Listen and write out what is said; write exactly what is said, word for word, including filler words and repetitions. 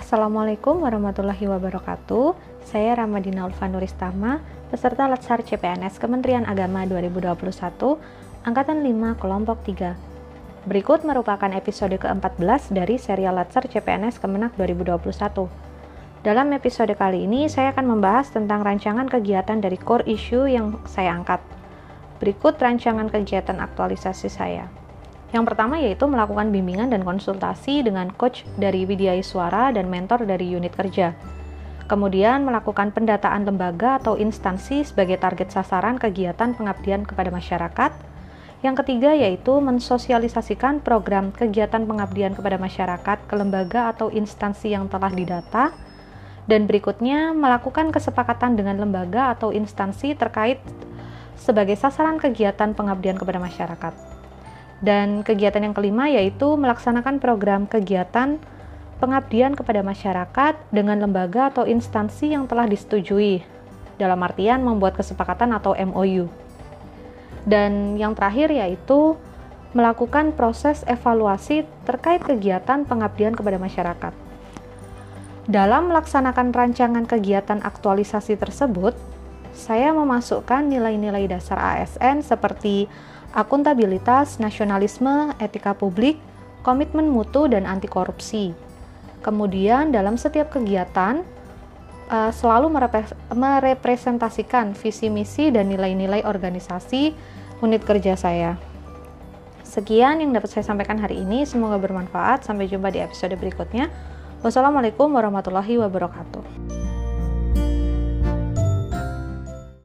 Assalamualaikum warahmatullahi wabarakatuh. Saya Ramadina Ulfa Nuristama, peserta Latsar C P N S Kementerian Agama dua ribu dua puluh satu, Angkatan lima, Kelompok tiga. Berikut merupakan episode keempat belas dari serial Latsar C P N S Kemenak dua ribu dua puluh satu. Dalam episode kali ini, saya akan membahas tentang rancangan kegiatan dari core issue yang saya angkat. Berikut rancangan kegiatan aktualisasi saya. Yang pertama yaitu melakukan bimbingan dan konsultasi dengan coach dari Widya Iswara dan mentor dari unit kerja. Kemudian melakukan pendataan lembaga atau instansi sebagai target sasaran kegiatan pengabdian kepada masyarakat. Yang ketiga yaitu mensosialisasikan program kegiatan pengabdian kepada masyarakat ke lembaga atau instansi yang telah didata. Dan berikutnya melakukan kesepakatan dengan lembaga atau instansi terkait sebagai sasaran kegiatan pengabdian kepada masyarakat. Dan kegiatan yang kelima yaitu melaksanakan program kegiatan pengabdian kepada masyarakat dengan lembaga atau instansi yang telah disetujui, dalam artian membuat kesepakatan atau M O U. Dan yang terakhir yaitu melakukan proses evaluasi terkait kegiatan pengabdian kepada masyarakat. Dalam melaksanakan rancangan kegiatan aktualisasi tersebut, saya memasukkan nilai-nilai dasar A S N seperti akuntabilitas, nasionalisme, etika publik, komitmen mutu, dan anti korupsi. Kemudian dalam setiap kegiatan uh, selalu merepre- merepresentasikan visi misi dan nilai-nilai organisasi unit kerja saya. Sekian yang dapat saya sampaikan hari ini, semoga bermanfaat. Sampai jumpa di episode berikutnya. Wassalamualaikum warahmatullahi wabarakatuh.